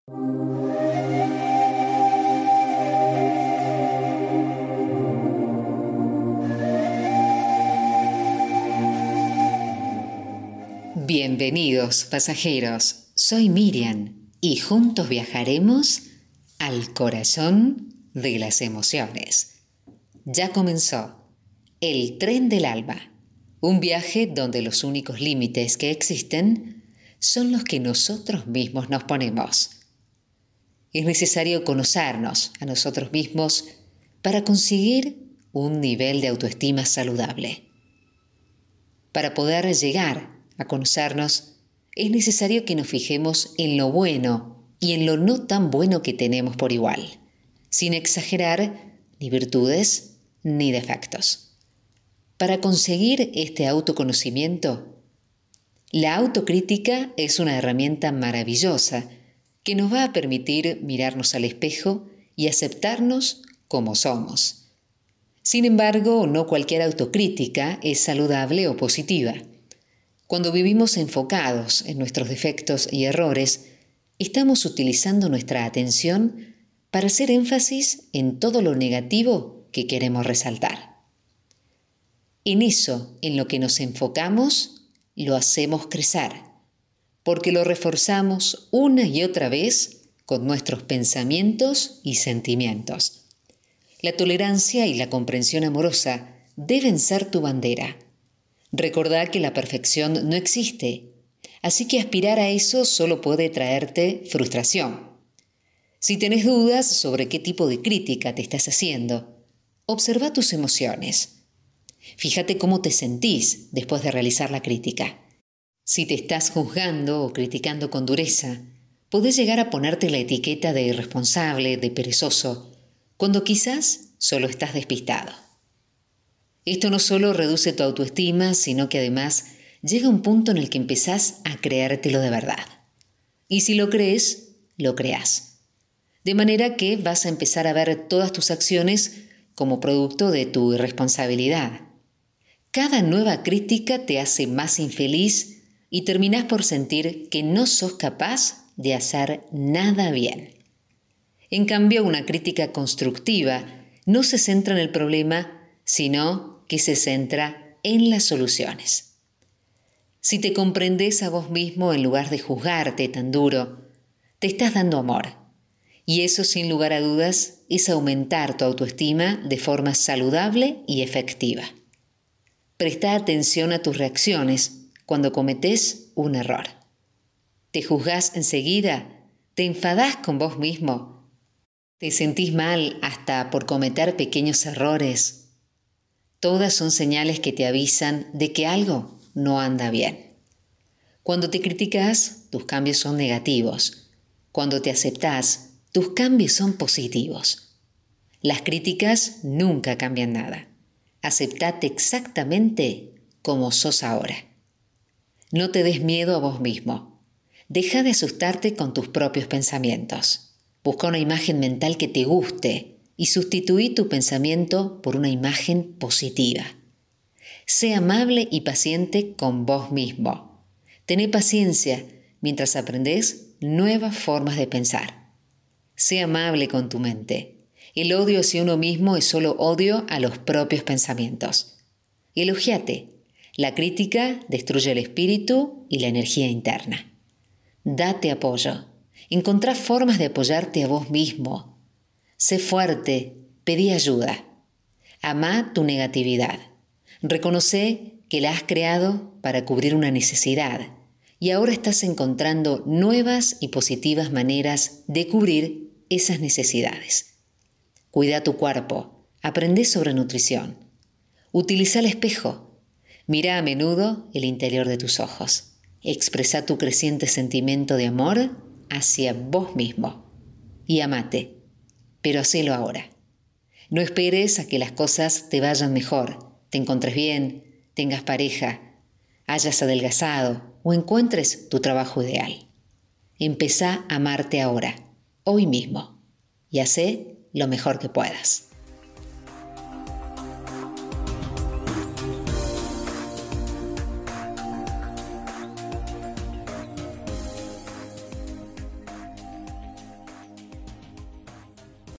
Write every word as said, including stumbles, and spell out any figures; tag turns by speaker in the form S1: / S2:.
S1: Bienvenidos, pasajeros. Soy Miriam y juntos viajaremos al corazón de las emociones. Ya comenzó el tren del alma, un viaje donde los únicos límites que existen son los que nosotros mismos nos ponemos. Es necesario conocernos a nosotros mismos para conseguir un nivel de autoestima saludable. Para poder llegar a conocernos, es necesario que nos fijemos en lo bueno y en lo no tan bueno que tenemos por igual, sin exagerar ni virtudes ni defectos. Para conseguir este autoconocimiento, la autocrítica es una herramienta maravillosa que nos va a permitir mirarnos al espejo y aceptarnos como somos. Sin embargo, no cualquier autocrítica es saludable o positiva. Cuando vivimos enfocados en nuestros defectos y errores, estamos utilizando nuestra atención para hacer énfasis en todo lo negativo que queremos resaltar. En eso, en lo que nos enfocamos, lo hacemos crecer, porque lo reforzamos una y otra vez con nuestros pensamientos y sentimientos. La tolerancia y la comprensión amorosa deben ser tu bandera. Recordá que la perfección no existe, así que aspirar a eso solo puede traerte frustración. Si tenés dudas sobre qué tipo de crítica te estás haciendo, observa tus emociones. Fíjate cómo te sentís después de realizar la crítica. Si te estás juzgando o criticando con dureza, podés llegar a ponerte la etiqueta de irresponsable, de perezoso, cuando quizás solo estás despistado. Esto no solo reduce tu autoestima, sino que además llega un punto en el que empezás a creértelo de verdad. Y si lo crees, lo creás. De manera que vas a empezar a ver todas tus acciones como producto de tu irresponsabilidad. Cada nueva crítica te hace más infeliz y terminás por sentir que no sos capaz de hacer nada bien. En cambio, una crítica constructiva no se centra en el problema, sino que se centra en las soluciones. Si te comprendes a vos mismo en lugar de juzgarte tan duro, te estás dando amor. Y eso, sin lugar a dudas, es aumentar tu autoestima de forma saludable y efectiva. Presta atención a tus reacciones cuando cometés un error. ¿Te juzgás enseguida? ¿Te enfadás con vos mismo? ¿Te sentís mal hasta por cometer pequeños errores? Todas son señales que te avisan de que algo no anda bien. Cuando te criticas, tus cambios son negativos. Cuando te aceptás, tus cambios son positivos. Las críticas nunca cambian nada. Aceptate exactamente como sos ahora. No te des miedo a vos mismo. Deja de asustarte con tus propios pensamientos. Busca una imagen mental que te guste y sustituí tu pensamiento por una imagen positiva. Sé amable y paciente con vos mismo. Tené paciencia mientras aprendés nuevas formas de pensar. Sé amable con tu mente. El odio hacia uno mismo es solo odio a los propios pensamientos. Elogiate. La crítica destruye el espíritu y la energía interna. Date apoyo. Encontrá formas de apoyarte a vos mismo. Sé fuerte, pedí ayuda. Amá tu negatividad. Reconoce que la has creado para cubrir una necesidad y ahora estás encontrando nuevas y positivas maneras de cubrir esas necesidades. Cuida tu cuerpo, aprende sobre nutrición. Utiliza el espejo. Mira a menudo el interior de tus ojos. Expresa tu creciente sentimiento de amor hacia vos mismo. Y amate. Pero hacelo ahora. No esperes a que las cosas te vayan mejor, te encontres bien, tengas pareja, hayas adelgazado o encuentres tu trabajo ideal. Empezá a amarte ahora, hoy mismo, y hacé lo mejor que puedas.